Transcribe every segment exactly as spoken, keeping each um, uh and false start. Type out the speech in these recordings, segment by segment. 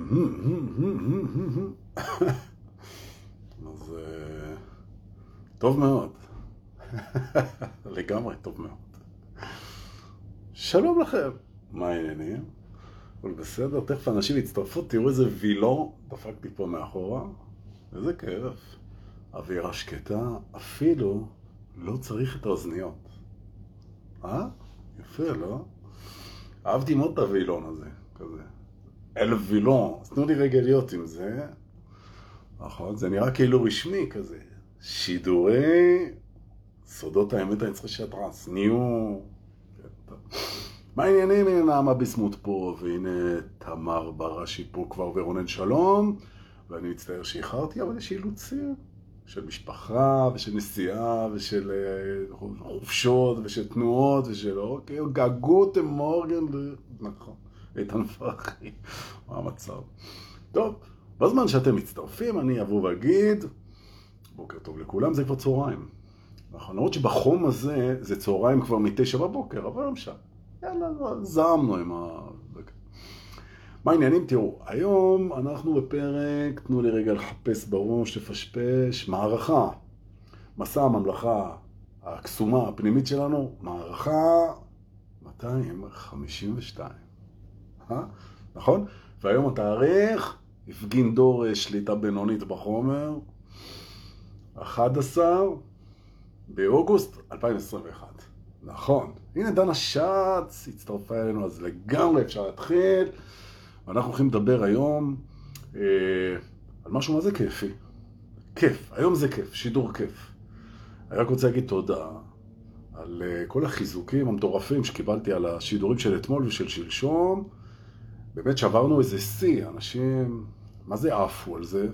אז טוב מאוד. לגמרי טוב מאוד. שלום לכם. מה העניינים? אבל בסדר, תכף אנשים יצטרפו, תראו איזה וילון דפקתי פה מאחורה. איזה כיף. אווירה שקטה, אפילו לא צריך את האוזניות. אה? יפה, לא? אהבתי מאוד את הווילון הזה, כזה. אל וילון, אז תנו לי רגע להיות עם זה. נכון, זה נראה כאילו רשמי כזה. שידורי סודות האמת הנצחי של הטרנס. ניו... מה העניינים? הנה נעמה ביסמוט פה, והנה תמר בראשי פה כבר ורונן שלום. ואני מצטער שאיחרתי, אבל יש אילוצים של משפחה ושל נסיעה ושל חופשות ושל תנועות ושל אוקיי, גגותם מורגן, נכון, איתן פרחי, מה המצב? טוב, בזמן שאתם מצטרפים אני אבוא ואגיד, בוקר טוב לכולם, זה כבר צהריים. נכון, למרות שבחום הזה זה צהריים כבר מתשע בבוקר, אבל לא משנה. יאללה, זעמנו עם ה... מה העניינים? תראו, היום אנחנו בפרק, תנו לי רגע לחפש בראש, לפשפש, מערכה. מסע הממלכה הקסומה הפנימית שלנו, מערכה מאתיים חמישים ושתיים. אה? נכון? והיום התאריך הפגין דור שליטה בינונית בחומר, אחד עשר באוגוסט אלפיים עשרים ואחת. נכון. הנה דנה שץ הצטרפה אלינו, אז לגמרי אפשר להתחיל. ואנחנו הולכים לדבר היום אה, על משהו מה זה כיפי. כיף, היום זה כיף, שידור כיף. אני רק רוצה להגיד תודה על אה, כל החיזוקים המטורפים שקיבלתי על השידורים של אתמול ושל שלשום. באמת שברנו איזה שיא, אנשים, מה זה עפו על זה?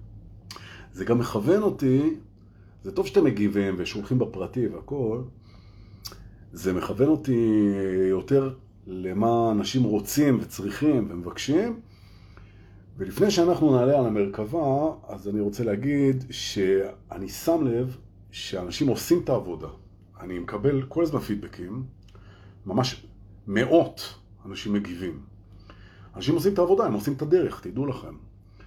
זה גם מכוון אותי, זה טוב שאתם מגיבים ושולחים בפרטי והכל, זה מכוון אותי יותר למה אנשים רוצים וצריכים ומבקשים. ולפני שאנחנו נעלה על המרכבה, אז אני רוצה להגיד שאני שם לב שאנשים עושים את העבודה. אני מקבל כל הזמן פידבקים, ממש מאות אנשים מגיבים. אנשים עושים את העבודה, הם עושים את הדרך, תדעו לכם.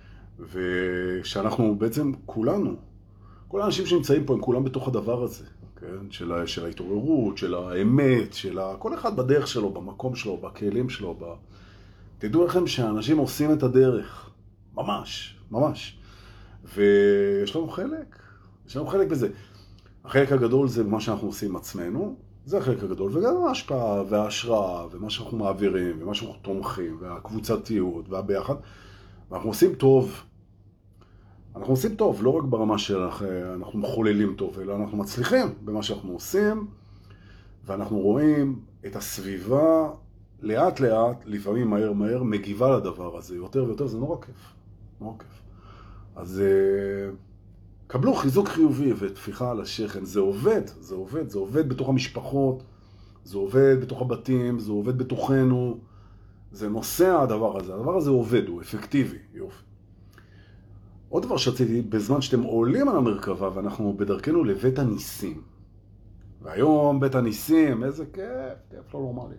ושאנחנו בעצם כולנו, כל האנשים שנמצאים פה הם כולם בתוך הדבר הזה. כן? של, של ההתעוררות, של האמת, של ה... כל אחד בדרך שלו, במקום שלו, בכלים שלו. ב... תדעו לכם שאנשים עושים את הדרך. ממש, ממש. ויש לנו חלק. יש לנו חלק בזה. החלק הגדול זה מה שאנחנו עושים עם עצמנו. זה החלק הגדול. וגם ההשפעה וההשראה, ומה שאנחנו מעבירים, ומה שאנחנו תומכים, והקבוצתיות, והביחד. ואנחנו עושים טוב. אנחנו עושים טוב, לא רק ברמה שאנחנו מחוללים טוב, אלא אנחנו מצליחים במה שאנחנו עושים, ואנחנו רואים את הסביבה לאט לאט, לפעמים מהר מהר, מגיבה לדבר הזה, יותר ויותר, זה נורא כיף, נורא כיף. אז קבלו חיזוק חיובי ותפיחה על השכן, זה עובד, זה עובד, זה עובד בתוך המשפחות, זה עובד בתוך הבתים, זה עובד בתוכנו, זה נושא הדבר הזה, הדבר הזה עובד, הוא אפקטיבי, יופי. עוד דבר שרציתי, בזמן שאתם עולים על המרכבה, ואנחנו בדרכנו לבית הניסים. והיום בית הניסים, איזה כיף, כיף לא נורמלי.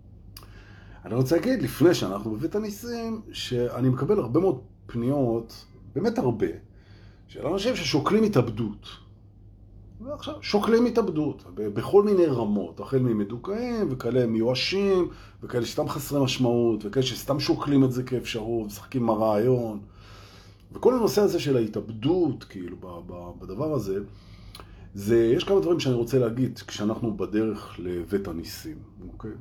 אני רוצה להגיד, לפני שאנחנו בבית הניסים, שאני מקבל הרבה מאוד פניות, באמת הרבה, של אנשים ששוקלים התאבדות. ועכשיו, שוקלים התאבדות, בכל מיני רמות, החל ממדוכאים, וכאלה מיואשים, וכאלה שסתם חסרי משמעות, וכאלה שסתם שוקלים את זה כאפשרות, משחקים הרעיון. וכל הנושא הזה של ההתאבדות, כאילו, בדבר הזה, זה, יש כמה דברים שאני רוצה להגיד כשאנחנו בדרך לבית הניסים, אוקיי?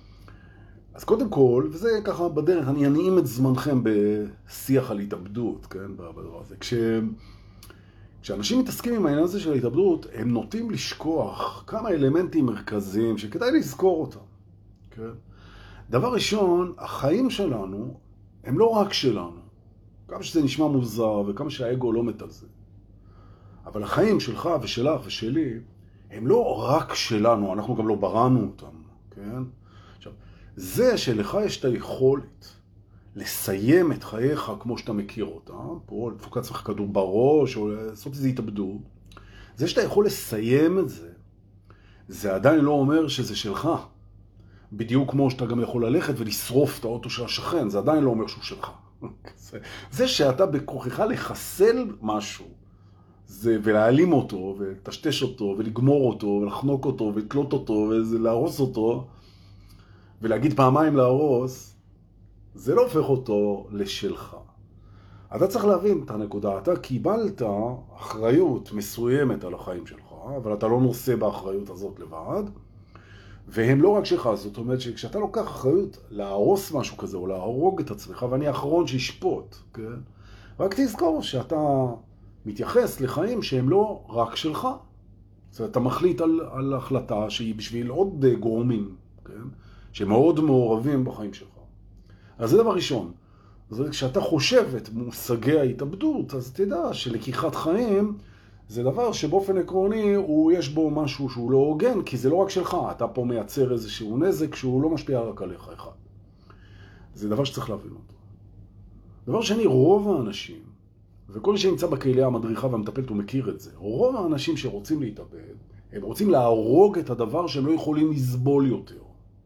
אז קודם כל, וזה ככה בדרך, אני אנעים את זמנכם בשיח על התאבדות, כן, בדבר הזה. כש, כשאנשים מתעסקים עם העניין הזה של ההתאבדות, הם נוטים לשכוח כמה אלמנטים מרכזיים שכדאי לזכור אותם, כן? דבר ראשון, החיים שלנו הם לא רק שלנו. כמה שזה נשמע מוזר וכמה שהאגו לא מת על זה. אבל החיים שלך ושלך ושלי הם לא רק שלנו, אנחנו גם לא בראנו אותם, כן? עכשיו, זה שלך יש את היכולת לסיים את חייך כמו שאתה מכיר אותם, פה לפוקד צריך כדור בראש או לעשות איזו התאבדות, זה שאתה יכול לסיים את זה, זה עדיין לא אומר שזה שלך. בדיוק כמו שאתה גם יכול ללכת ולשרוף את האוטו של השכן, זה עדיין לא אומר שהוא שלך. זה, זה שאתה בכוחך לחסל משהו, זה, ולהעלים אותו, ולטשטש אותו, ולגמור אותו, ולחנוק אותו, ולתלות אותו, ולהרוס אותו, ולהגיד פעמיים להרוס, זה לא הופך אותו לשלך. אתה צריך להבין את הנקודה, אתה קיבלת אחריות מסוימת על החיים שלך, אבל אתה לא נושא באחריות הזאת לבד, והם לא רק שלך, זאת אומרת שכשאתה לוקח אחריות להרוס משהו כזה, או להרוג את עצמך, ואני האחרון שישפוט, כן? רק תזכור שאתה מתייחס לחיים שהם לא רק שלך. זאת אומרת, אתה מחליט על, על החלטה שהיא בשביל עוד גורמים, כן? שמאוד מעורבים בחיים שלך. אז זה דבר ראשון. אז כשאתה חושב את מושגי ההתאבדות, אז תדע שלקיחת חיים זה דבר שבאופן עקרוני הוא יש בו משהו שהוא לא הוגן, כי זה לא רק שלך, אתה פה מייצר איזשהו נזק שהוא לא משפיע רק עליך אחד. זה דבר שצריך להבין אותו. דבר שני, רוב האנשים, וכל מי שנמצא בקהילה המדריכה והמטפלת הוא מכיר את זה, רוב האנשים שרוצים להתאבד, הם רוצים להרוג את הדבר שהם לא יכולים לסבול יותר.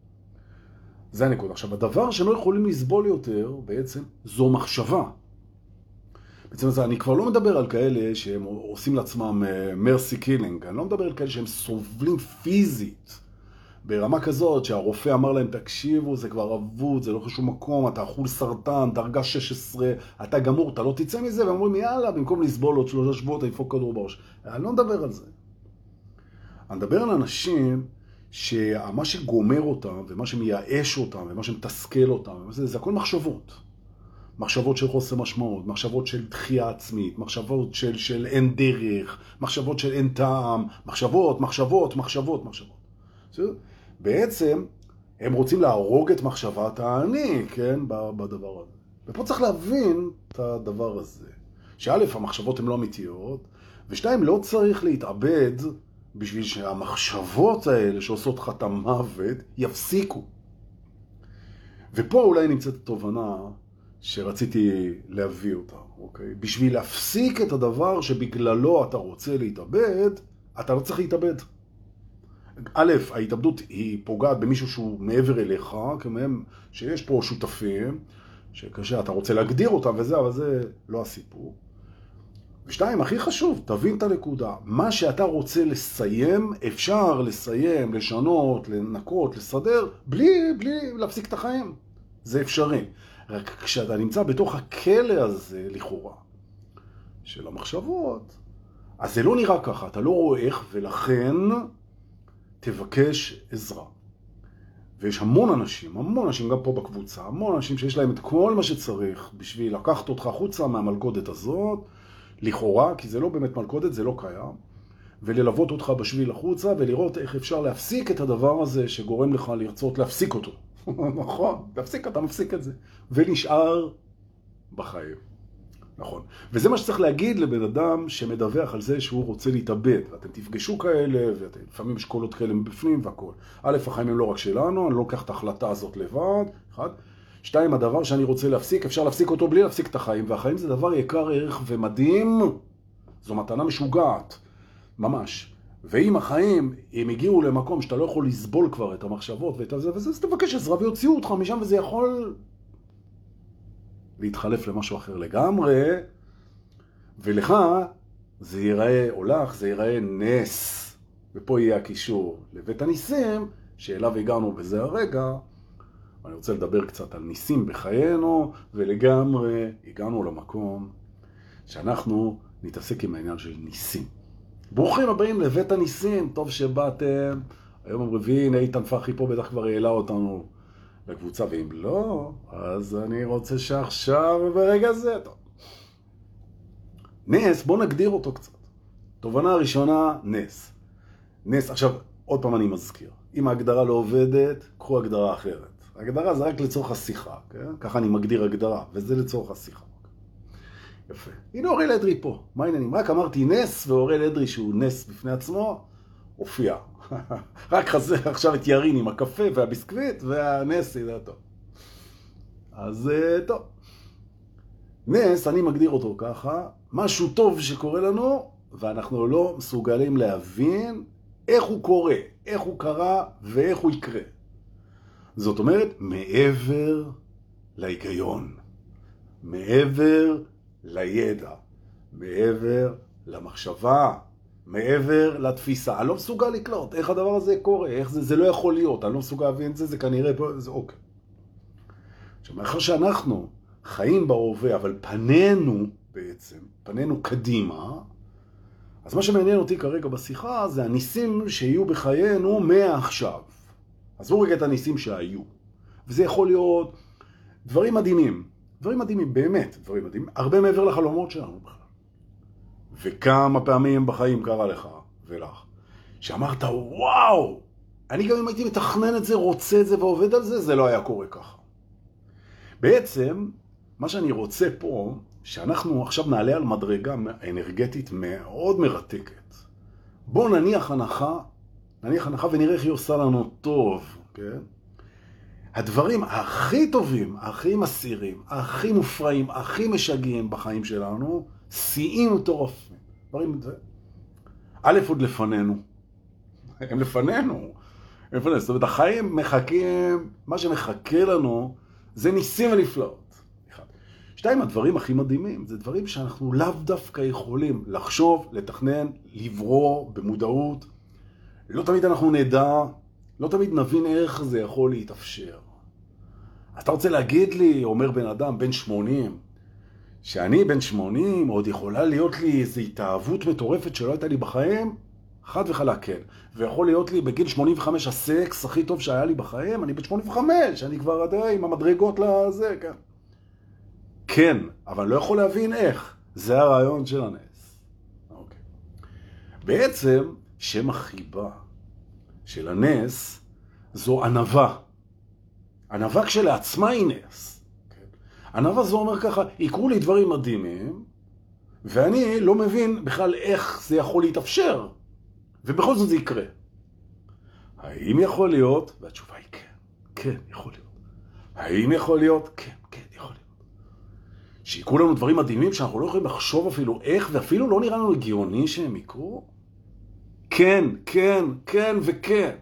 זה הנקודה. עכשיו, הדבר שהם לא יכולים לסבול יותר, בעצם, זו מחשבה. בעצם זה, אני כבר לא מדבר על כאלה שהם עושים לעצמם מרסי קילינג, אני לא מדבר על כאלה שהם סובלים פיזית, ברמה כזאת שהרופא אמר להם, תקשיבו, זה כבר אבוד, זה לא חשוב מקום, אתה אכול סרטן, דרגה שש עשרה, אתה גמור, אתה לא תצא מזה, והם אומרים, יאללה, במקום לסבול עוד שלושה שבועות, יפוק כדור בראש. אני לא מדבר על זה. אני מדבר על אנשים שמה שגומר אותם, ומה שמייאש אותם, ומה שמתסכל אותם, זה, זה הכל מחשבות. מחשבות של חוסר משמעות, מחשבות של דחייה עצמית, מחשבות של, של אין דרך, מחשבות של אין טעם, מחשבות, מחשבות, מחשבות, מחשבות. בעצם הם רוצים להרוג את מחשבת האני, כן, בדבר הזה. ופה צריך להבין את הדבר הזה. שא', המחשבות הן לא אמיתיות, ושתיים, לא צריך להתאבד בשביל שהמחשבות האלה שעושות לך את המוות יפסיקו. ופה אולי נמצאת התובנה שרציתי להביא אותה, אוקיי? בשביל להפסיק את הדבר שבגללו אתה רוצה להתאבד, אתה לא צריך להתאבד. א', ההתאבדות היא פוגעת במישהו שהוא מעבר אליך, כמהם שיש פה שותפים, שקשה, אתה רוצה להגדיר אותם וזה, אבל זה לא הסיפור. ושתיים, הכי חשוב, תבין את הנקודה. מה שאתה רוצה לסיים, אפשר לסיים, לשנות, לנקות, לסדר, בלי, בלי להפסיק את החיים. זה אפשרי. רק כשאתה נמצא בתוך הכלא הזה, לכאורה, של המחשבות, אז זה לא נראה ככה, אתה לא רואה איך, ולכן תבקש עזרה. ויש המון אנשים, המון אנשים גם פה בקבוצה, המון אנשים שיש להם את כל מה שצריך בשביל לקחת אותך חוצה מהמלכודת הזאת, לכאורה, כי זה לא באמת מלכודת, זה לא קיים, וללוות אותך בשביל החוצה, ולראות איך אפשר להפסיק את הדבר הזה שגורם לך לרצות להפסיק אותו. נכון, להפסיק, אתה מפסיק את זה. ונשאר בחיים. נכון. וזה מה שצריך להגיד לבן אדם שמדווח על זה שהוא רוצה להתאבד. ואתם תפגשו כאלה, ולפעמים יש קולות כאלה מבפנים והכל. א', החיים הם לא רק שלנו, אני לא לוקח את ההחלטה הזאת לבד. אחד. שתיים, הדבר שאני רוצה להפסיק, אפשר להפסיק אותו בלי להפסיק את החיים. והחיים זה דבר יקר ערך ומדהים. זו מתנה משוגעת. ממש. ואם החיים, הם הגיעו למקום שאתה לא יכול לסבול כבר את המחשבות ואת זה וזה, אז תבקש עזרה ויוציאו אותך משם, וזה יכול להתחלף למשהו אחר לגמרי, ולך זה ייראה, או לך, זה ייראה נס. ופה יהיה הקישור לבית הניסים, שאליו הגענו בזה הרגע. אני רוצה לדבר קצת על ניסים בחיינו, ולגמרי הגענו למקום שאנחנו נתעסק עם העניין של ניסים. ברוכים הבאים לבית הניסים, טוב שבאתם. היום הרביעי, הנה איתן פחי פה בטח כבר העלה אותנו לקבוצה, ואם לא, אז אני רוצה שעכשיו ברגע זה, טוב. נס, בוא נגדיר אותו קצת. תובנה הראשונה, נס. נס, עכשיו, עוד פעם אני מזכיר. אם ההגדרה לא עובדת, קחו הגדרה אחרת. הגדרה זה רק לצורך השיחה, כן? ככה אני מגדיר הגדרה, וזה לצורך השיחה. יפה. הנה אוראל אדרי פה. מה העניינים? רק אמרתי נס, ואוראל אדרי שהוא נס בפני עצמו, הופיע. רק חזר עכשיו את ירין עם הקפה והביסקוויט, והנס, זה טוב. אז טוב. נס, אני מגדיר אותו ככה, משהו טוב שקורה לנו, ואנחנו לא מסוגלים להבין איך הוא קורה, איך הוא קרה ואיך הוא יקרה. זאת אומרת, מעבר להיגיון. מעבר לידע, מעבר למחשבה, מעבר לתפיסה. אני לא מסוגל לקלוט איך הדבר הזה קורה, איך זה, זה לא יכול להיות, אני לא מסוגל להבין את זה, זה כנראה, זה אוקיי. עכשיו, מאחר שאנחנו חיים בהווה, אבל פנינו בעצם, פנינו קדימה, אז מה שמעניין אותי כרגע בשיחה זה הניסים שיהיו בחיינו מעכשיו. עזבו רגע את הניסים שהיו. וזה יכול להיות דברים מדהימים, דברים מדהימים, באמת דברים מדהימים, הרבה מעבר לחלומות שלנו בכלל. וכמה פעמים בחיים קרה לך ולך, שאמרת וואו, אני גם אם הייתי מתכנן את זה, רוצה את זה ועובד על זה, זה לא היה קורה ככה. בעצם, מה שאני רוצה פה, שאנחנו עכשיו נעלה על מדרגה אנרגטית מאוד מרתקת. בואו נניח הנחה, נניח הנחה ונראה איך היא עושה לנו טוב, כן? הדברים הכי טובים, הכי מסירים, הכי מופרעים, הכי משגעים בחיים שלנו, שיאים מטורפים. דברים, א' עוד לפנינו. הם לפנינו. הם לפנינו. זאת אומרת, החיים מחכים, מה שמחכה לנו, זה ניסים ונפלאות. אחד. שתיים, הדברים הכי מדהימים, זה דברים שאנחנו לאו דווקא יכולים לחשוב, לתכנן, לברוא במודעות. לא תמיד אנחנו נדע, לא תמיד נבין איך זה יכול להתאפשר. אתה רוצה להגיד לי, אומר בן אדם, בן שמונים, שאני בן שמונים, עוד יכולה להיות לי איזו התאהבות מטורפת שלא הייתה לי בחיים, חד וחלק כן. ויכול להיות לי בגיל שמונים וחמש הסקס הכי טוב שהיה לי בחיים, אני בן שמונים וחמש, אני כבר יודע עם המדרגות לזה, כן. כן, אבל לא יכול להבין איך. זה הרעיון של הנס. אוקיי. בעצם, שם החיבה של הנס זו ענווה. ענווה כשלעצמה היא נס. ענווה זו אומר ככה, יקרו לי דברים מדהימים, ואני לא מבין בכלל איך זה יכול להתאפשר, ובכל זאת זה יקרה. האם יכול להיות? והתשובה היא כן, כן, יכול להיות. האם יכול להיות? כן, כן, יכול להיות. שיקרו לנו דברים מדהימים שאנחנו לא יכולים לחשוב אפילו איך, ואפילו לא נראה לנו הגיוני שהם יקרו? כן, כן, כן וכן.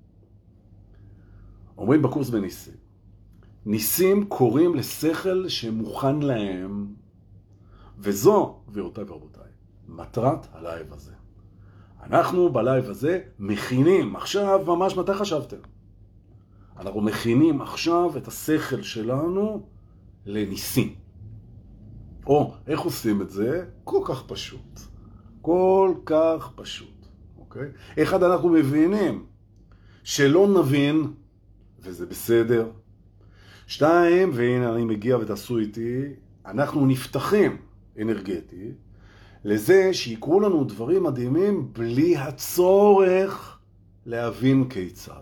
אומרים בקורס בניסים, ניסים קוראים לשכל שמוכן להם, וזו, גבירותיי ורבותיי, מטרת הלייב הזה. אנחנו בלייב הזה מכינים, עכשיו ממש מתי חשבתם? אנחנו מכינים עכשיו את השכל שלנו לניסים. או, איך עושים את זה? כל כך פשוט. כל כך פשוט. אוקיי? אחד, אנחנו מבינים שלא נבין, וזה בסדר. שתיים, והנה אני מגיע ותעשו איתי, אנחנו נפתחים אנרגטי לזה שיקרו לנו דברים מדהימים בלי הצורך להבין כיצד.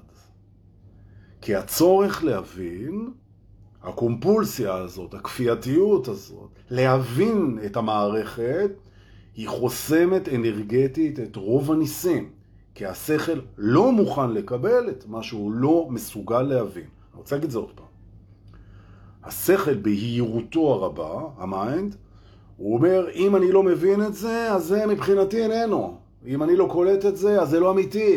כי הצורך להבין, הקומפולסיה הזאת, הכפייתיות הזאת, להבין את המערכת, היא חוסמת אנרגטית את רוב הניסים. כי השכל לא מוכן לקבל את מה שהוא לא מסוגל להבין. אני רוצה להגיד את זה עוד פעם. השכל בהירותו הרבה, המיינד, הוא אומר, אם אני לא מבין את זה, אז זה מבחינתי איננו. אם אני לא קולט את זה, אז זה לא אמיתי.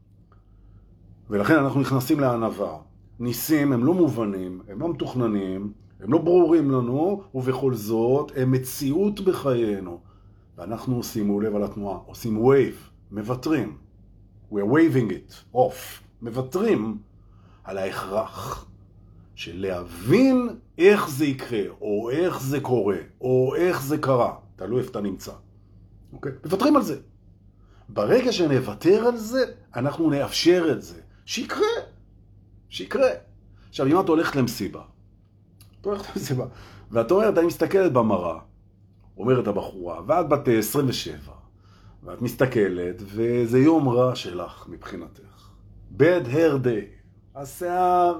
ולכן אנחנו נכנסים לענווה. ניסים הם לא מובנים, הם לא מתוכננים, הם לא ברורים לנו, ובכל זאת הם מציאות בחיינו. ואנחנו, שימו לב על התנועה, עושים wave, מבטרים. We're waving it off. מבטרים על ההכרח של להבין איך זה יקרה, או איך זה קורה, או איך זה קרה. תלוי איפה אתה נמצא. אוקיי? מבטרים על זה. ברגע שנוותר על זה, אנחנו נאפשר את זה. שיקרה. שיקרה. עכשיו, אם את הולכת למסיבה, את הולכת למסיבה, ואת אומרת, אני מסתכלת במראה, אומרת הבחורה, ואת בת עשרים ושבע, ואת מסתכלת, וזה יום רע שלך מבחינתך. bad hair day. השיער,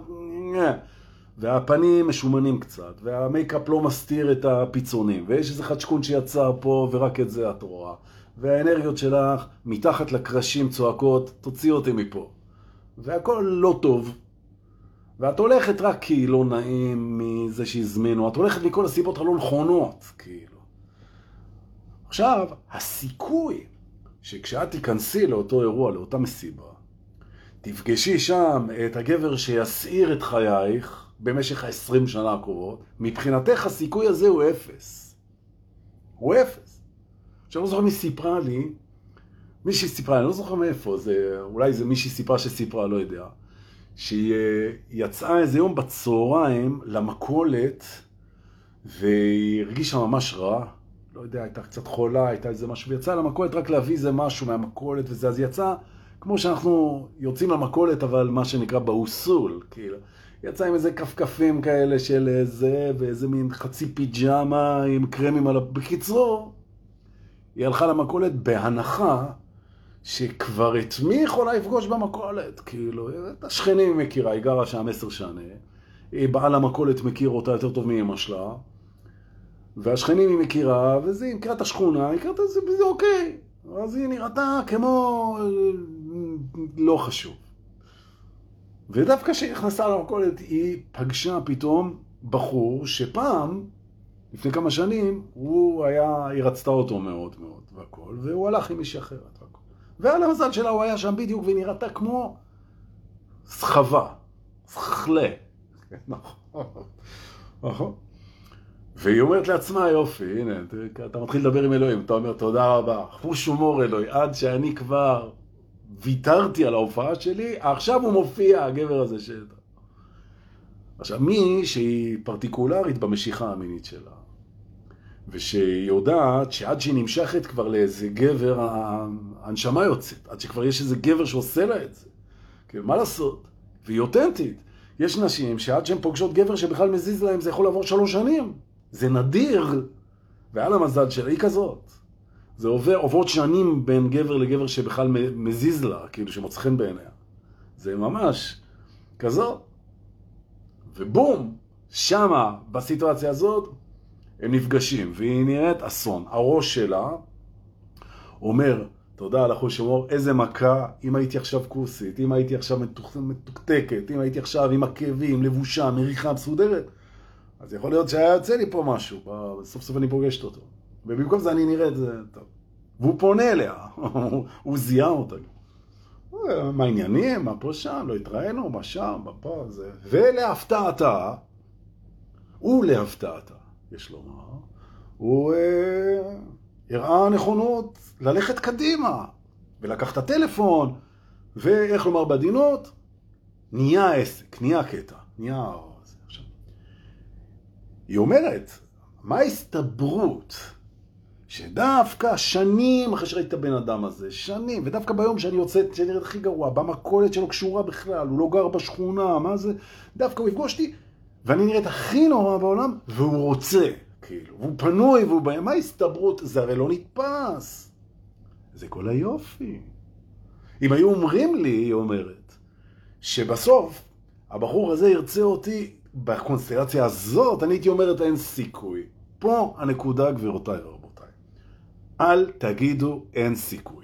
והפנים משומנים קצת, והמייקאפ לא מסתיר את הפיצונים, ויש איזה חדשקון שיצא פה, ורק את זה את רואה. והאנרגיות שלך מתחת לקרשים צועקות, תוציא אותי מפה. והכל לא טוב. ואת הולכת רק כי לא נעים מזה שהזמינו, את הולכת מכל הסיבות הלא נכונות, כאילו. עכשיו, הסיכוי שכשאת תיכנסי לאותו אירוע, לאותה מסיבה, תפגשי שם את הגבר שיסעיר את חייך, במשך ה-עשרים שנה הקרובות, מבחינתך הסיכוי הזה הוא אפס. הוא אפס. עכשיו לא זוכר מי סיפרה לי, מישהי סיפרה, אני לא זוכר מאיפה, זה, אולי זה מישהי סיפרה שסיפרה, לא יודע, שהיא יצאה איזה יום בצהריים למכולת, והיא הרגישה ממש רע, לא יודע, הייתה קצת חולה, הייתה איזה משהו, ויצאה למכולת רק להביא איזה משהו מהמכולת וזה, אז יצאה, כמו שאנחנו יוצאים למכולת, אבל מה שנקרא באוסול, כאילו, יצאה עם איזה כפכפים כאלה של איזה, ואיזה מין חצי פיג'מה עם קרמים על... בקיצור, היא הלכה למכולת בהנחה שכבר את מי יכולה לפגוש במכולת, כאילו, את השכנים היא מכירה, היא גרה שם עשר שנה, היא באה למכולת מכיר אותה יותר טוב מאמא שלה, והשכנים היא מכירה, וזה, היא מכירה את השכונה, היא מכירה את זה, וזה אוקיי. אז היא נראתה כמו לא חשוב. ודווקא כשהיא נכנסה למכולת, היא פגשה פתאום בחור שפעם, לפני כמה שנים, הוא היה, היא רצתה אותו מאוד מאוד והכל, והוא הלך עם מישהי אחרת והכל. ועל המזל שלה הוא היה שם בדיוק, והיא נראתה כמו סחבה, סחלה. נכון. נכון. והיא אומרת לעצמה, יופי, הנה, אתה מתחיל לדבר עם אלוהים, אתה אומר, תודה רבה, חוש הומור אלוהי, עד שאני כבר ויתרתי על ההופעה שלי, עכשיו הוא מופיע, הגבר הזה שאתה. עכשיו, מי שהיא פרטיקולרית במשיכה המינית שלה, ושהיא יודעת שעד שהיא נמשכת כבר לאיזה גבר, הנשמה יוצאת, עד שכבר יש איזה גבר שעושה לה את זה. כן, מה לעשות? והיא אותנטית. יש נשים שעד שהן פוגשות גבר שבכלל מזיז להם, זה יכול לעבור שלוש שנים. זה נדיר, ועל המזל שלה היא כזאת. זה עובר, עוברות שנים בין גבר לגבר שבכלל מזיז לה, כאילו שמוצא חן בעיניה. זה ממש כזאת. ובום, שמה, בסיטואציה הזאת, הם נפגשים, והיא נראית אסון. הראש שלה אומר, תודה על החוש הומור, איזה מכה, אם הייתי עכשיו כוסית, אם הייתי עכשיו מתוקתקת, אם הייתי עכשיו עם עקבים, לבושה, מריחה, מסודרת, אז יכול להיות שהיה יוצא לי פה משהו, בסוף סוף אני פוגשת אותו. ובמקום זה אני נראה את זה טוב. והוא פונה אליה, הוא זיהה אותה. מה העניינים, מה פה שם, לא התראינו, מה שם, מה פה, זה. ולהפתעתה, ולהפתעתה, יש לומר, הוא אה, הראה נכונות ללכת קדימה, ולקח את הטלפון, ואיך לומר בעדינות, נהיה עסק, נהיה קטע, נהיה... עכשיו, היא אומרת, מה ההסתברות שדווקא שנים אחרי שראיתי את הבן אדם הזה, שנים, ודווקא ביום שאני יוצא, שאני נראית הכי גרוע, במכולת שלו קשורה בכלל, הוא לא גר בשכונה, מה זה? דווקא הוא יפגוש אותי, ואני נראית הכי נורא בעולם, והוא רוצה, כאילו, והוא פנוי, והוא בא, מה ההסתברות? זה הרי לא נתפס. זה כל היופי. אם היו אומרים לי, היא אומרת, שבסוף הבחור הזה ירצה אותי בקונסטלציה הזאת, אני הייתי אומרת, אין סיכוי. פה הנקודה, גבירותיי ורבותיי. אל תגידו אין סיכוי.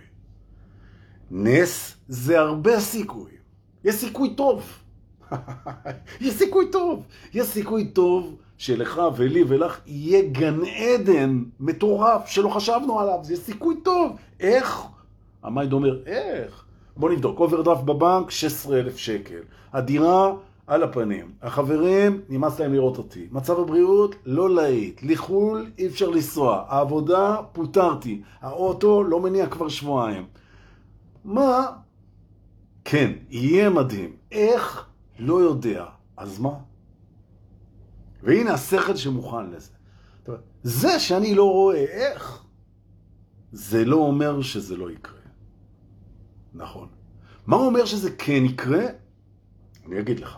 נס זה הרבה סיכוי. יש סיכוי טוב. יש סיכוי טוב. יש סיכוי טוב שלך ולי ולך יהיה גן עדן מטורף שלא חשבנו עליו. זה סיכוי טוב. איך? המייד אומר, איך? בוא נבדוק. אוברדרפט בבנק, שישה עשר אלף שקל. הדירה על הפנים. החברים, נמאס להם לראות אותי. מצב הבריאות, לא להיט. לחול, אי אפשר לנסוע. העבודה, פוטרתי. האוטו, לא מניע כבר שבועיים. מה? כן, יהיה מדהים. איך? לא יודע. אז מה? והנה השכל שמוכן לזה. זה שאני לא רואה איך, זה לא אומר שזה לא יקרה. נכון. מה אומר שזה כן יקרה? אני אגיד לך.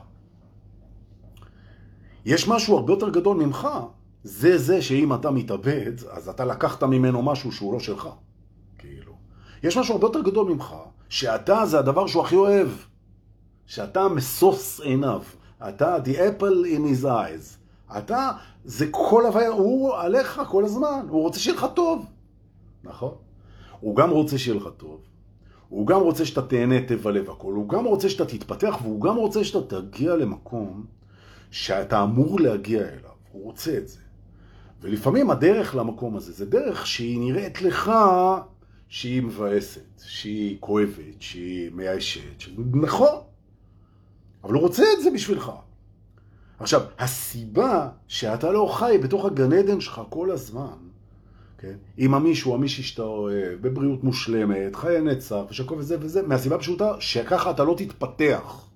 יש משהו הרבה יותר גדול ממך. זה זה שאם אתה מתאבד, אז אתה לקחת ממנו משהו שהוא לא שלך. כאילו. יש משהו הרבה יותר גדול ממך, שאתה זה הדבר שהוא הכי אוהב. שאתה מסוס עיניו. אתה, the apple in his eyes. אתה, זה כל הוויה, הוא עליך כל הזמן. הוא רוצה שיהיה לך טוב. נכון? הוא גם רוצה שיהיה לך טוב. הוא גם רוצה שאתה תהנה, תבלב הכל. הוא גם רוצה שאתה תתפתח, והוא גם רוצה שאתה תגיע למקום שאתה אמור להגיע אליו. הוא רוצה את זה. ולפעמים הדרך למקום הזה, זה דרך שהיא נראית לך שהיא מבאסת, שהיא כואבת, שהיא מייאשת. שהיא... נכון. אבל הוא רוצה את זה בשבילך. עכשיו, הסיבה שאתה לא חי בתוך הגן עדן שלך כל הזמן, כן? עם המישהו, המישהי שאתה אוהב, בבריאות מושלמת, חיי נצח, ושקו וזה וזה, מהסיבה פשוטה שככה אתה לא תתפתח.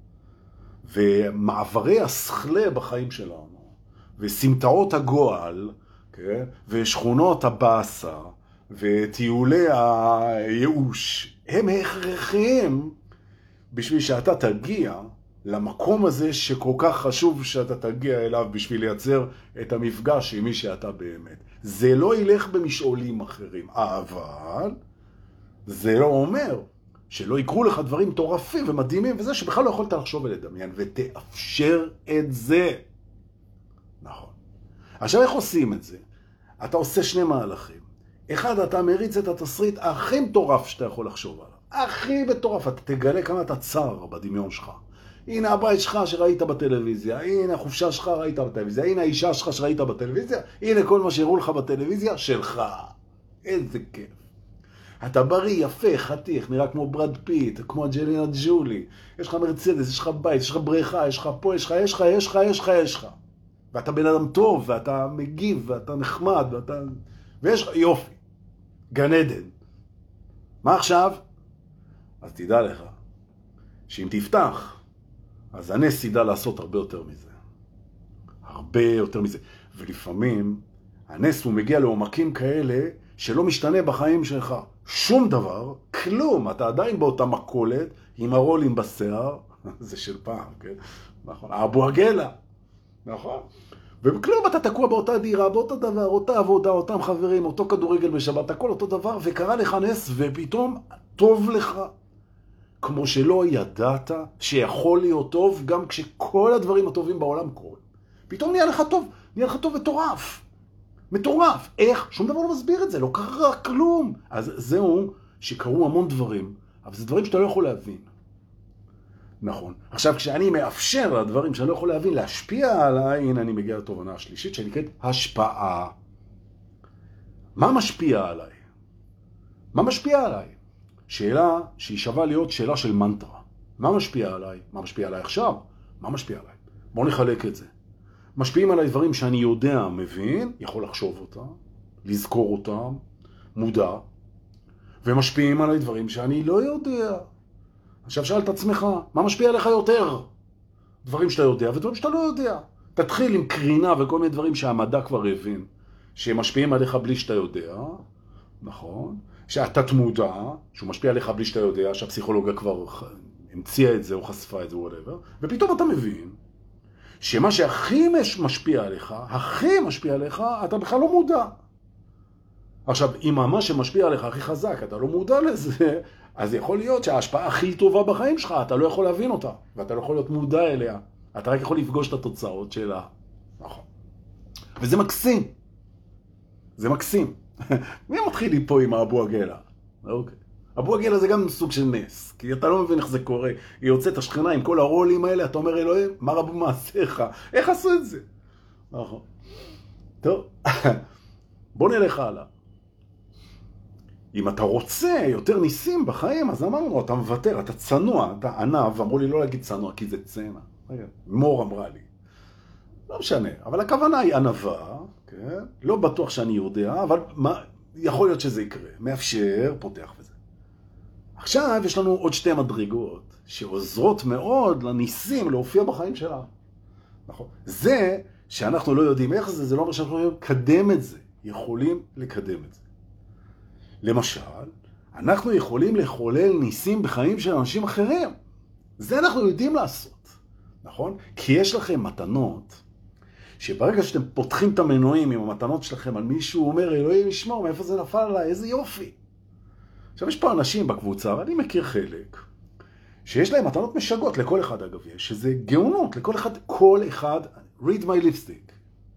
ומעברי השכלה בחיים שלנו, וסמטאות הגועל, כן? ושכונות הבאסה, וטיולי הייאוש, הם הכרחיים בשביל שאתה תגיע למקום הזה שכל כך חשוב שאתה תגיע אליו בשביל לייצר את המפגש עם מי שאתה באמת. זה לא ילך במשעולים אחרים, אבל זה לא אומר שלא יקרו לך דברים מטורפים ומדהימים וזה שבכלל לא יכולת לחשוב ולדמיין, ותאפשר את זה. נכון. עכשיו איך עושים את זה? אתה עושה שני מהלכים. אחד, אתה מריץ את התסריט הכי מטורף שאתה יכול לחשוב עליו. הכי מטורף. אתה תגלה כמה אתה צר בדמיון שלך. הנה הבית שלך שראית בטלוויזיה, הנה החופשה שלך ראית בטלוויזיה, הנה האישה שלך שראית בטלוויזיה, הנה כל מה שהראו לך בטלוויזיה שלך. איזה כיף. אתה בריא, יפה, חתיך, נראה כמו ברד פיט, כמו אנג'לינה ג'ולי. יש לך מרצדס, יש לך בית, יש לך בריכה, יש לך פה, יש לך, יש לך, יש לך, יש לך, יש לך. ואתה בן אדם טוב, ואתה מגיב, ואתה נחמד, ואתה... ויש לך יופי. גן עדן. מה עכשיו? אז תדע לך, שאם תפתח, אז הנס ידע לעשות הרבה יותר מזה. הרבה יותר מזה. ולפעמים, הנס הוא מגיע לעומקים כאלה, שלא משתנה בחיים שלך. שום דבר, כלום. אתה עדיין באותה מקולת, עם הרולים בשיער, זה של פעם, כן? נכון. אבו הגלה. נכון. וכלום, אתה תקוע באותה דירה, באותה דבר, אותה עבודה, אותם חברים, אותו כדורגל בשבת, הכל אותו דבר, וקרה לך נס, ופתאום טוב לך. כמו שלא ידעת שיכול להיות טוב, גם כשכל הדברים הטובים בעולם קורים. פתאום נהיה לך טוב, נהיה לך טוב מטורף. מטורף. איך? שום דבר לא מסביר את זה, לא קרה כלום. אז זהו שקרו המון דברים, אבל זה דברים שאתה לא יכול להבין. נכון. עכשיו, כשאני מאפשר לדברים שאני לא יכול להבין, להשפיע עליי, הנה אני מגיע לתובנה השלישית, שנקראת השפעה. מה משפיע עליי? מה משפיע עליי? שאלה שהיא שווה להיות שאלה של מנטרה. מה משפיע עליי? מה משפיע עליי עכשיו? מה משפיע עליי? בואו נחלק את זה. משפיעים עליי דברים שאני יודע, מבין, יכול לחשוב אותם, לזכור אותם, מודע, ומשפיעים עליי דברים שאני לא יודע. עכשיו שאל את עצמך, מה משפיע עליך יותר? דברים שאתה יודע ודברים שאתה לא יודע. תתחיל עם קרינה וכל מיני דברים שהמדע כבר הבין, שמשפיעים עליך בלי שאתה יודע, נכון? שהתת מודע, שהוא משפיע עליך בלי שאתה יודע, שהפסיכולוגיה כבר המציאה את זה או חשפה את זה, whatever, ופתאום אתה מבין שמה שהכי משפיע עליך, הכי משפיע עליך, אתה בכלל לא מודע. עכשיו, אם מה שמשפיע עליך הכי חזק, אתה לא מודע לזה, אז יכול להיות שההשפעה הכי טובה בחיים שלך, אתה לא יכול להבין אותה, ואתה לא יכול להיות מודע אליה. אתה רק יכול לפגוש את התוצאות שלה. נכון. וזה מקסים. זה מקסים. מי מתחיל לי פה עם האבו הגלה? אוקיי. אבו הגלה זה גם סוג של נס, כי אתה לא מבין איך זה קורה. היא יוצאת השכנה עם כל הרולים האלה, אתה אומר, אלוהים, מה רבו מעשיך? איך עשו את זה? נכון. טוב, בוא נלך הלאה. אם אתה רוצה יותר ניסים בחיים, אז אמרנו, אתה מוותר, אתה צנוע, אתה ענב, אמרו לי לא להגיד צנוע, כי זה צנע. מור אמרה לי. לא משנה, אבל הכוונה היא ענבה, כן? לא בטוח שאני יודע, אבל מה, יכול להיות שזה יקרה. מאפשר, פותח וזה. עכשיו יש לנו עוד שתי מדרגות, שעוזרות מאוד לניסים להופיע בחיים שלנו. נכון. זה שאנחנו לא יודעים איך זה, זה לא אומר שאנחנו יכולים לקדם את זה. יכולים לקדם את זה. למשל, אנחנו יכולים לחולל ניסים בחיים של אנשים אחרים. זה אנחנו יודעים לעשות. נכון? כי יש לכם מתנות, שברגע שאתם פותחים את המנועים עם המתנות שלכם על מישהו, הוא אומר, אלוהים ישמור, מאיפה זה נפל עליי? איזה יופי. עכשיו, יש פה אנשים בקבוצה, ואני מכיר חלק, שיש להם מתנות משגות, לכל אחד אגב יש, שזה גאונות, לכל אחד, כל אחד, read my lipstick.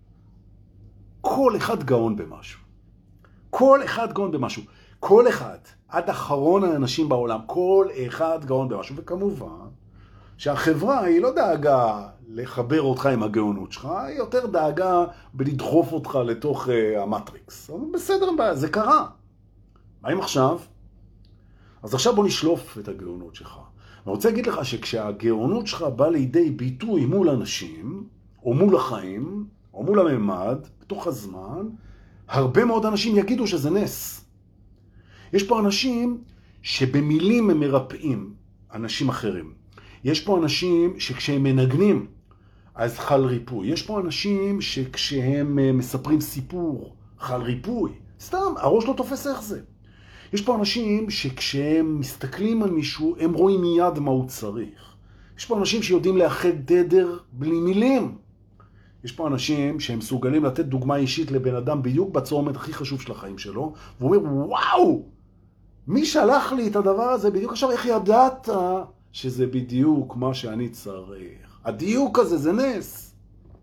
כל אחד גאון במשהו. כל אחד גאון במשהו. כל אחד, עד אחרון האנשים בעולם, כל אחד גאון במשהו. וכמובן, שהחברה היא לא דאגה לחבר אותך עם הגאונות שלך, היא יותר דאגה בלדחוף אותך לתוך uh, המטריקס. בסדר, זה קרה. מה עם עכשיו? אז עכשיו בוא נשלוף את הגאונות שלך. אני רוצה להגיד לך שכשהגאונות שלך באה לידי ביטוי מול אנשים, או מול החיים, או מול הממד, בתוך הזמן, הרבה מאוד אנשים יגידו שזה נס. יש פה אנשים שבמילים הם מרפאים אנשים אחרים. יש פה אנשים שכשהם מנגנים, אז חל ריפוי. יש פה אנשים שכשהם מספרים סיפור, חל ריפוי. סתם, הראש לא תופס איך זה. יש פה אנשים שכשהם מסתכלים על מישהו, הם רואים מיד מה הוא צריך. יש פה אנשים שיודעים לאחד תדר בלי מילים. יש פה אנשים שהם מסוגלים לתת דוגמה אישית לבן אדם בדיוק בצומת הכי חשוב של החיים שלו, והוא אומר, וואו, מי שלח לי את הדבר הזה בדיוק עכשיו, איך ידעת שזה בדיוק מה שאני צריך? הדיוק הזה זה נס.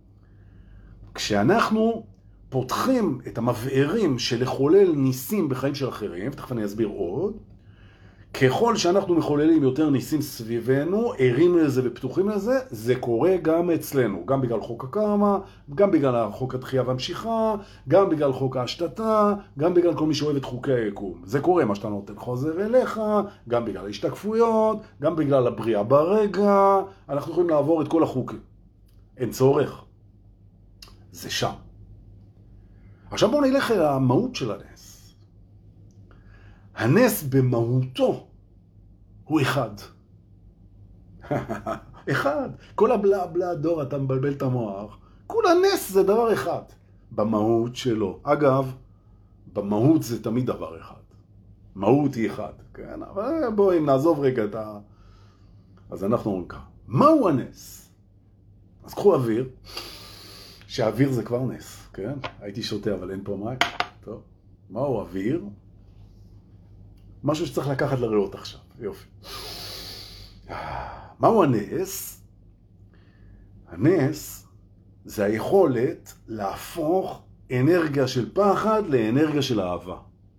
כשאנחנו פותחים את המבערים של לחולל ניסים בחיים של אחרים, תכף אני אסביר עוד, ככל שאנחנו מחוללים יותר ניסים סביבנו, ערים לזה ופתוחים לזה, זה קורה גם אצלנו, גם בגלל חוק הקרמה, גם בגלל חוק התחייה והמשיכה, גם בגלל חוק ההשתתה, גם בגלל כל מי שאוהב את חוקי היקום. זה קורה, מה שאתה נותן חוזר אליך, גם בגלל ההשתקפויות, גם בגלל הבריאה ברגע, אנחנו יכולים לעבור את כל החוקים. אין צורך. זה שם. עכשיו בואו נלך אל המהות של הנס. הנס במהותו הוא אחד. אחד. כל הבלה בלה דור, אתה מבלבל את המוח. כל הנס זה דבר אחד. במהות שלו. אגב, במהות זה תמיד דבר אחד. מהות היא אחד. כן? אבל בואו, אם נעזוב רגע את ה... אז אנחנו אומרים ככה. מהו הנס? אז קחו אוויר. שהאוויר זה כבר נס. כן? הייתי שותה, אבל אין פה מים. טוב. מהו אוויר? משהו שצריך לקחת לריאות עכשיו. יופי. מהו הנס? הנס זה היכולת להפוך אנרגיה של פחד לאנרגיה של אהבה.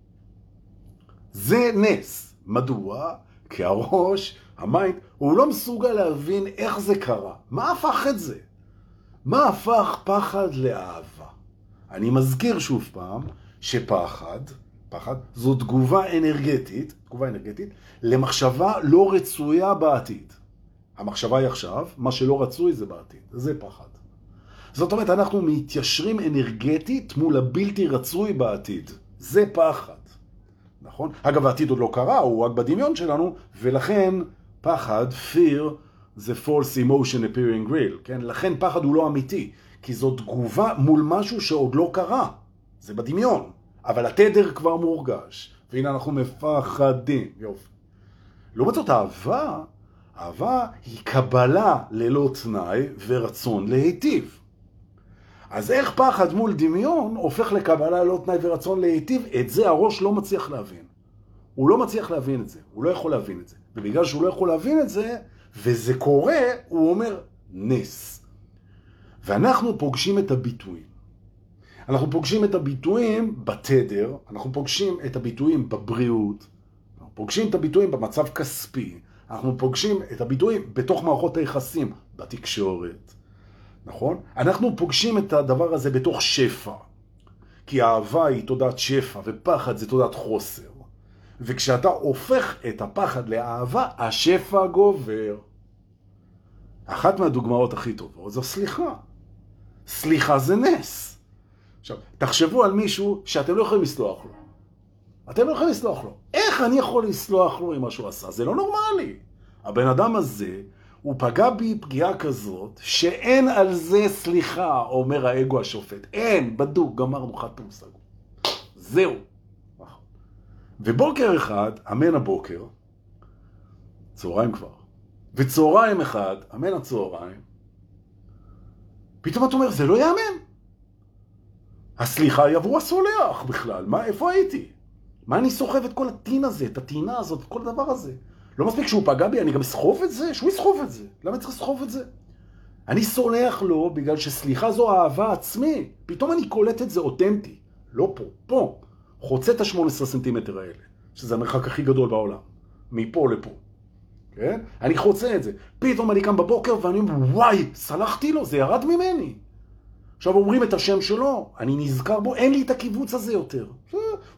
זה נס. מדוע? כי הראש, המיינד, הוא לא מסוגל להבין איך זה קרה. מה הפך את זה? מה הפך פחד לאהבה? אני מזכיר שוב פעם שפחד, פחד, זו תגובה אנרגטית, תגובה אנרגטית, למחשבה לא רצויה בעתיד. המחשבה היא עכשיו, מה שלא רצוי זה בעתיד. זה פחד. זאת אומרת, אנחנו מתיישרים אנרגטית מול הבלתי רצוי בעתיד. זה פחד. נכון? אגב, העתיד עוד לא קרה, הוא רק בדמיון שלנו, ולכן פחד, fear, זה false emotion appearing real. כן? לכן פחד הוא לא אמיתי, כי זו תגובה מול משהו שעוד לא קרה. זה בדמיון. אבל התדר כבר מורגש, והנה אנחנו מפחדים. יופי. לעומת זאת, אהבה, אהבה היא קבלה ללא תנאי ורצון להיטיב. אז איך פחד מול דמיון הופך לקבלה ללא תנאי ורצון להיטיב? את זה הראש לא מצליח להבין. הוא לא מצליח להבין את זה, הוא לא יכול להבין את זה. ובגלל שהוא לא יכול להבין את זה, וזה קורה, הוא אומר נס. ואנחנו פוגשים את הביטויים. אנחנו פוגשים את הביטויים בתדר, אנחנו פוגשים את הביטויים בבריאות, אנחנו פוגשים את הביטויים במצב כספי, אנחנו פוגשים את הביטויים בתוך מערכות היחסים, בתקשורת, נכון? אנחנו פוגשים את הדבר הזה בתוך שפע, כי האהבה היא תודעת שפע ופחד זה תודעת חוסר. וכשאתה הופך את הפחד לאהבה, השפע גובר. אחת מהדוגמאות הכי טובות זו סליחה. סליחה זה נס. עכשיו, תחשבו על מישהו שאתם לא יכולים לסלוח לו. אתם לא יכולים לסלוח לו. איך אני יכול לסלוח לו עם מה שהוא עשה? זה לא נורמלי. הבן אדם הזה, הוא פגע בי פגיעה כזאת, שאין על זה סליחה, אומר האגו השופט. אין, בדוק, גמרנו, חד פעם סגור. זהו. ובוקר אחד, אמן הבוקר, צהריים כבר, וצהריים אחד, אמן הצהריים, פתאום אתה אומר, זה לא יאמן. הסליחה היא עבור הסולח בכלל. מה, איפה הייתי? מה אני סוחב את כל הטין הזה, את הטינה הזאת, את כל הדבר הזה? לא מספיק שהוא פגע בי, אני גם אסחוב את זה? שהוא יסחוב את זה. למה צריך לסחוב את זה? אני סולח לו בגלל שסליחה זו אהבה עצמי. פתאום אני קולט את זה אותנטי. לא פה, פה. חוצה את ה-שמונה עשרה סנטימטר האלה, שזה המרחק הכי גדול בעולם. מפה לפה. כן? אני חוצה את זה. פתאום אני קם בבוקר ואני אומר, וואי, סלחתי לו, זה ירד ממני. עכשיו אומרים את השם שלו, אני נזכר בו, אין לי את הקיבוץ הזה יותר.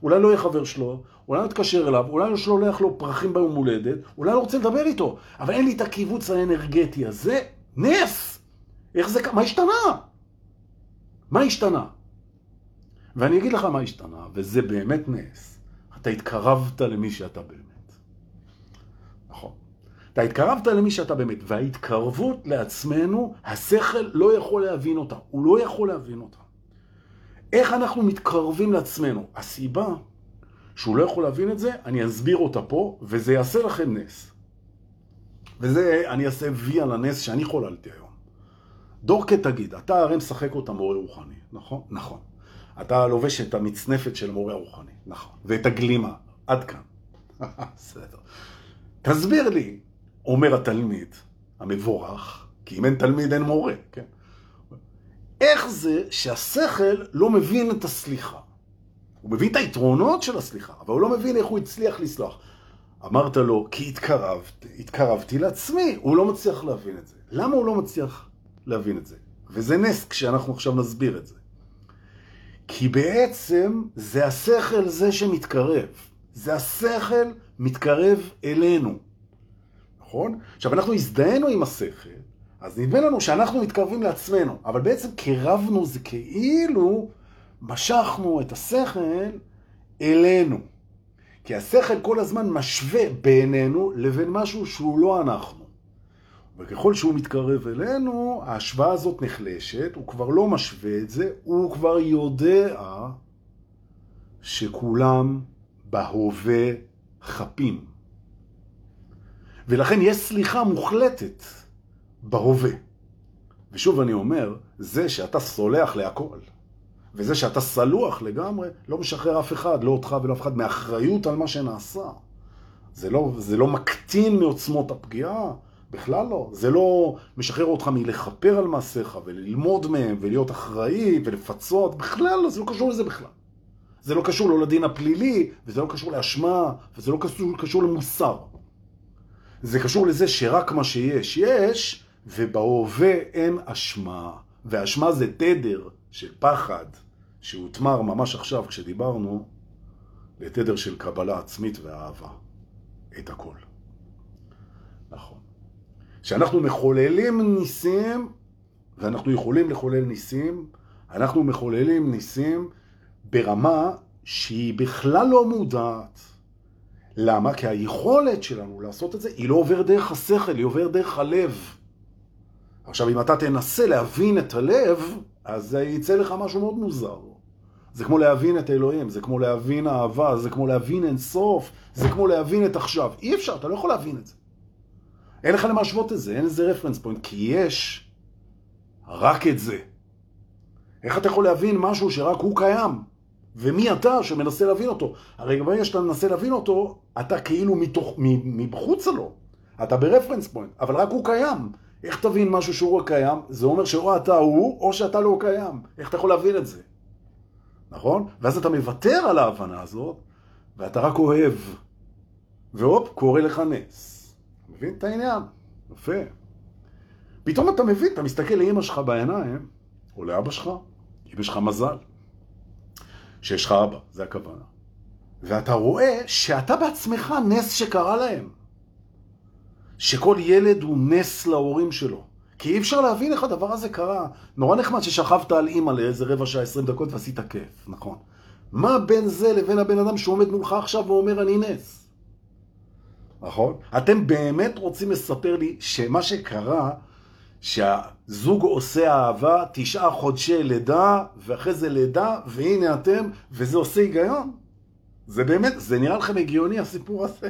אולי לא יהיה חבר שלו, אולי לא יתקשר אליו, אולי לא שולח לו פרחים ביום הולדת, אולי לא רוצה לדבר איתו, אבל אין לי את הקיבוץ האנרגטי הזה. נס! איך זה, מה השתנה? מה השתנה? ואני אגיד לך מה השתנה, וזה באמת נס. אתה התקרבת למי שאתה באמת. נכון. אתה התקרבת למי שאתה באמת, וההתקרבות לעצמנו, השכל לא יכול להבין אותה. הוא לא יכול להבין אותה. איך אנחנו מתקרבים לעצמנו? הסיבה שהוא לא יכול להבין את זה, אני אסביר אותה פה, וזה יעשה לכם נס. וזה, אני אעשה וי על הנס שאני חוללתי היום. דורקה תגיד, אתה הרי משחק אותה מורה רוחני, נכון? נכון. אתה לובש את המצנפת של מורה רוחני, נכון. ואת הגלימה, עד כאן. בסדר. תסביר לי, אומר התלמיד המבורך, כי אם אין תלמיד אין מורה, כן? איך זה שהשכל לא מבין את הסליחה? הוא מבין את היתרונות של הסליחה, אבל הוא לא מבין איך הוא הצליח לסלוח. אמרת לו, כי התקרבתי, התקרבתי לעצמי. הוא לא מצליח להבין את זה. למה הוא לא מצליח להבין את זה? וזה נס כשאנחנו עכשיו נסביר את זה. כי בעצם זה השכל זה שמתקרב. זה השכל מתקרב אלינו. נכון? עכשיו אנחנו הזדהינו עם השכל, אז נדמה לנו שאנחנו מתקרבים לעצמנו, אבל בעצם קרבנו זה כאילו משכנו את השכל אלינו. כי השכל כל הזמן משווה בינינו לבין משהו שהוא לא אנחנו. וככל שהוא מתקרב אלינו, ההשוואה הזאת נחלשת, הוא כבר לא משווה את זה, הוא כבר יודע שכולם בהווה חפים. ולכן יש סליחה מוחלטת בהווה. ושוב אני אומר, זה שאתה סולח להכל, וזה שאתה סלוח לגמרי, לא משחרר אף אחד, לא אותך ולא אף אחד, מאחריות על מה שנעשה. זה לא, זה לא מקטין מעוצמות הפגיעה, בכלל לא. זה לא משחרר אותך מלחפר על מעשיך וללמוד מהם ולהיות אחראי ולפצות, בכלל לא, זה לא קשור לזה בכלל. זה לא קשור לא לדין הפלילי, וזה לא קשור לאשמה, וזה לא קשור, קשור למוסר. זה קשור לזה שרק מה שיש, יש, ובהווה אין אשמה. והאשמה זה תדר של פחד, שהותמר ממש עכשיו כשדיברנו, לתדר של קבלה עצמית ואהבה. את הכל. נכון. כשאנחנו מחוללים ניסים, ואנחנו יכולים לחולל ניסים, אנחנו מחוללים ניסים ברמה שהיא בכלל לא מודעת. למה? כי היכולת שלנו לעשות את זה, היא לא עובר דרך השכל, היא עובר דרך הלב. עכשיו, אם אתה תנסה להבין את הלב, אז זה יצא לך משהו מאוד מוזר. זה כמו להבין את אלוהים, זה כמו להבין אהבה, זה כמו להבין אינסוף, זה כמו להבין את עכשיו. אי אפשר, אתה לא יכול להבין את זה. אין לך למה שוות את זה, אין איזה רפרנס פוינט, כי יש רק את זה. איך אתה יכול להבין משהו שרק הוא קיים? ומי אתה שמנסה להבין אותו? הרי ברגע שאתה מנסה להבין אותו, אתה כאילו מתוך, מבחוץ לו. אתה ברפרנס פוינט, אבל רק הוא קיים. איך תבין משהו שהוא רק קיים? זה אומר שאו אתה הוא, או שאתה לא קיים. איך אתה יכול להבין את זה? נכון? ואז אתה מוותר על ההבנה הזאת, ואתה רק אוהב. והופ, קורא לך נס. מבין את העניין? יפה. פתאום אתה מבין, אתה מסתכל לאמא שלך בעיניים, או לאבא שלך, אם יש לך מזל, שיש לך אבא, זה הכוונה. ואתה רואה שאתה בעצמך נס שקרה להם. שכל ילד הוא נס להורים שלו. כי אי אפשר להבין איך הדבר הזה קרה. נורא נחמד ששכבת על אמא לאיזה רבע שעה, עשרים דקות ועשית כיף, נכון? מה בין זה לבין הבן אדם שעומד מולך עכשיו ואומר אני נס? נכון? אתם באמת רוצים לספר לי שמה שקרה, שהזוג עושה אהבה, תשעה חודשי לידה, ואחרי זה לידה, והנה אתם, וזה עושה היגיון? זה באמת, זה נראה לכם הגיוני הסיפור הזה?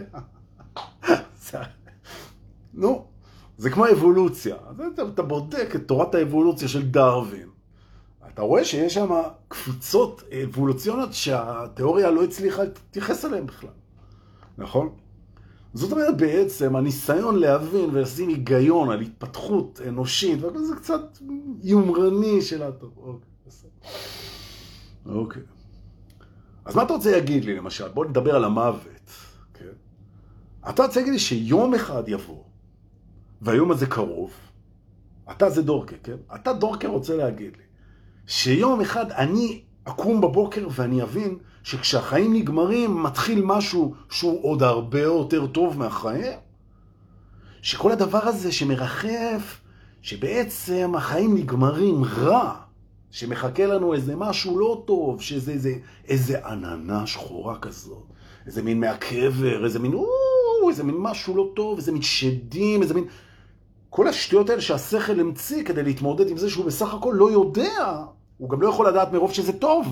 נו, זה כמו אבולוציה. אתה בודק את תורת האבולוציה של דרווין. אתה רואה שיש שם קפיצות אבולוציוניות שהתיאוריה לא הצליחה להתייחס אליהן בכלל. נכון? זאת אומרת בעצם הניסיון להבין ולשים היגיון על התפתחות אנושית, וזה קצת יומרני של הטוב. אוקיי, בסדר. אוקיי. אז מה אתה רוצה להגיד לי למשל? בוא נדבר על המוות. כן? אתה רוצה להגיד לי שיום אחד יבוא, והיום הזה קרוב, אתה זה דורקה, כן? אתה דורקה רוצה להגיד לי, שיום אחד אני אקום בבוקר ואני אבין שכשהחיים נגמרים מתחיל משהו שהוא עוד הרבה יותר טוב מהחיים. שכל הדבר הזה שמרחף, שבעצם החיים נגמרים רע, שמחכה לנו איזה משהו לא טוב, שזה איזה, איזה עננה שחורה כזאת, איזה מין מהקבר, איזה מין, או, איזה מין משהו לא טוב, איזה מין שדים, איזה מין... כל השטויות האלה שהשכל המציא כדי להתמודד עם זה שהוא בסך הכל לא יודע, הוא גם לא יכול לדעת מרוב שזה טוב.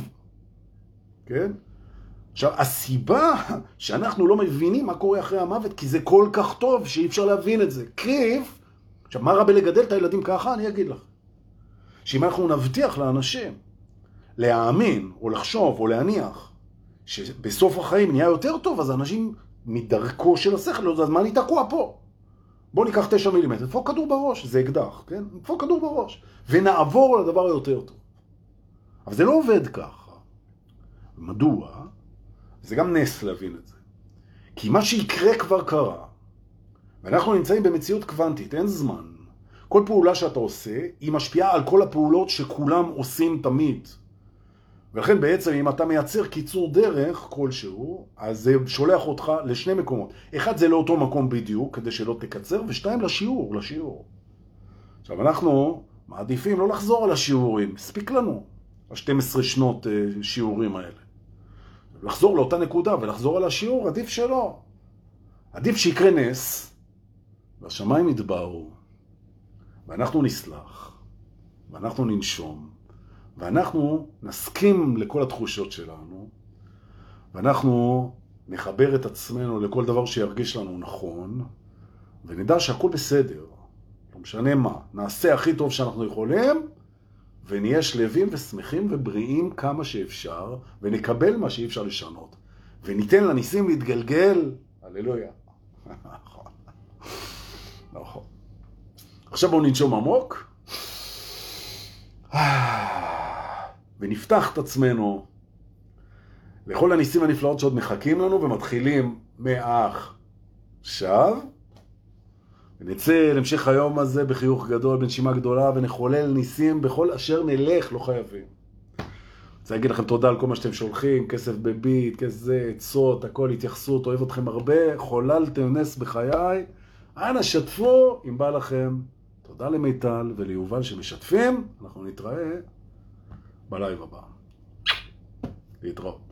כן? עכשיו, הסיבה שאנחנו לא מבינים מה קורה אחרי המוות, כי זה כל כך טוב שאי אפשר להבין את זה. קריב, עכשיו, מה רבה לגדל את הילדים ככה? אני אגיד לך. שאם אנחנו נבטיח לאנשים להאמין, או לחשוב, או להניח, שבסוף החיים נהיה יותר טוב, אז אנשים מדרכו של השכל, אז מה אני תקוע פה? בואו ניקח תשע מילימטר, נדפוק כדור בראש, זה אקדח, כן? נדפוק כדור בראש, ונעבור לדבר היותר טוב. אבל זה לא עובד ככה. מדוע? זה גם נס להבין את זה. כי מה שיקרה כבר קרה, ואנחנו נמצאים במציאות קוונטית, אין זמן. כל פעולה שאתה עושה, היא משפיעה על כל הפעולות שכולם עושים תמיד. ולכן בעצם אם אתה מייצר קיצור דרך כלשהו, אז זה שולח אותך לשני מקומות. אחד זה לאותו מקום בדיוק, כדי שלא תקצר, ושתיים לשיעור, לשיעור. עכשיו אנחנו מעדיפים לא לחזור על השיעורים, ספיק לנו, ה-שתים עשרה שנות שיעורים האלה. לחזור לאותה נקודה ולחזור על השיעור, עדיף שלא. עדיף שיקרה נס, והשמיים יתבאו, ואנחנו נסלח, ואנחנו ננשום, ואנחנו נסכים לכל התחושות שלנו, ואנחנו נחבר את עצמנו לכל דבר שירגיש לנו נכון, ונדע שהכל בסדר. לא משנה מה, נעשה הכי טוב שאנחנו יכולים, ונהיה שלבים ושמחים ובריאים כמה שאפשר, ונקבל מה שאי אפשר לשנות. וניתן לניסים להתגלגל, הללויה. נכון. נכון. עכשיו בואו ננשום עמוק. ונפתח את עצמנו לכל הניסים הנפלאות שעוד מחכים לנו, ומתחילים מעכשיו. ונצא להמשך היום הזה בחיוך גדול, בנשימה גדולה, ונחולל ניסים בכל אשר נלך, לא חייבים. רוצה להגיד לכם תודה על כל מה שאתם שולחים, כסף בביט, כזה, עצות, הכל, התייחסות, אוהב אתכם הרבה, חוללתם נס בחיי. אנא שתפו אם בא לכם. תודה למיטל וליובל שמשתפים, אנחנו נתראה בלייב הבא. להתראות.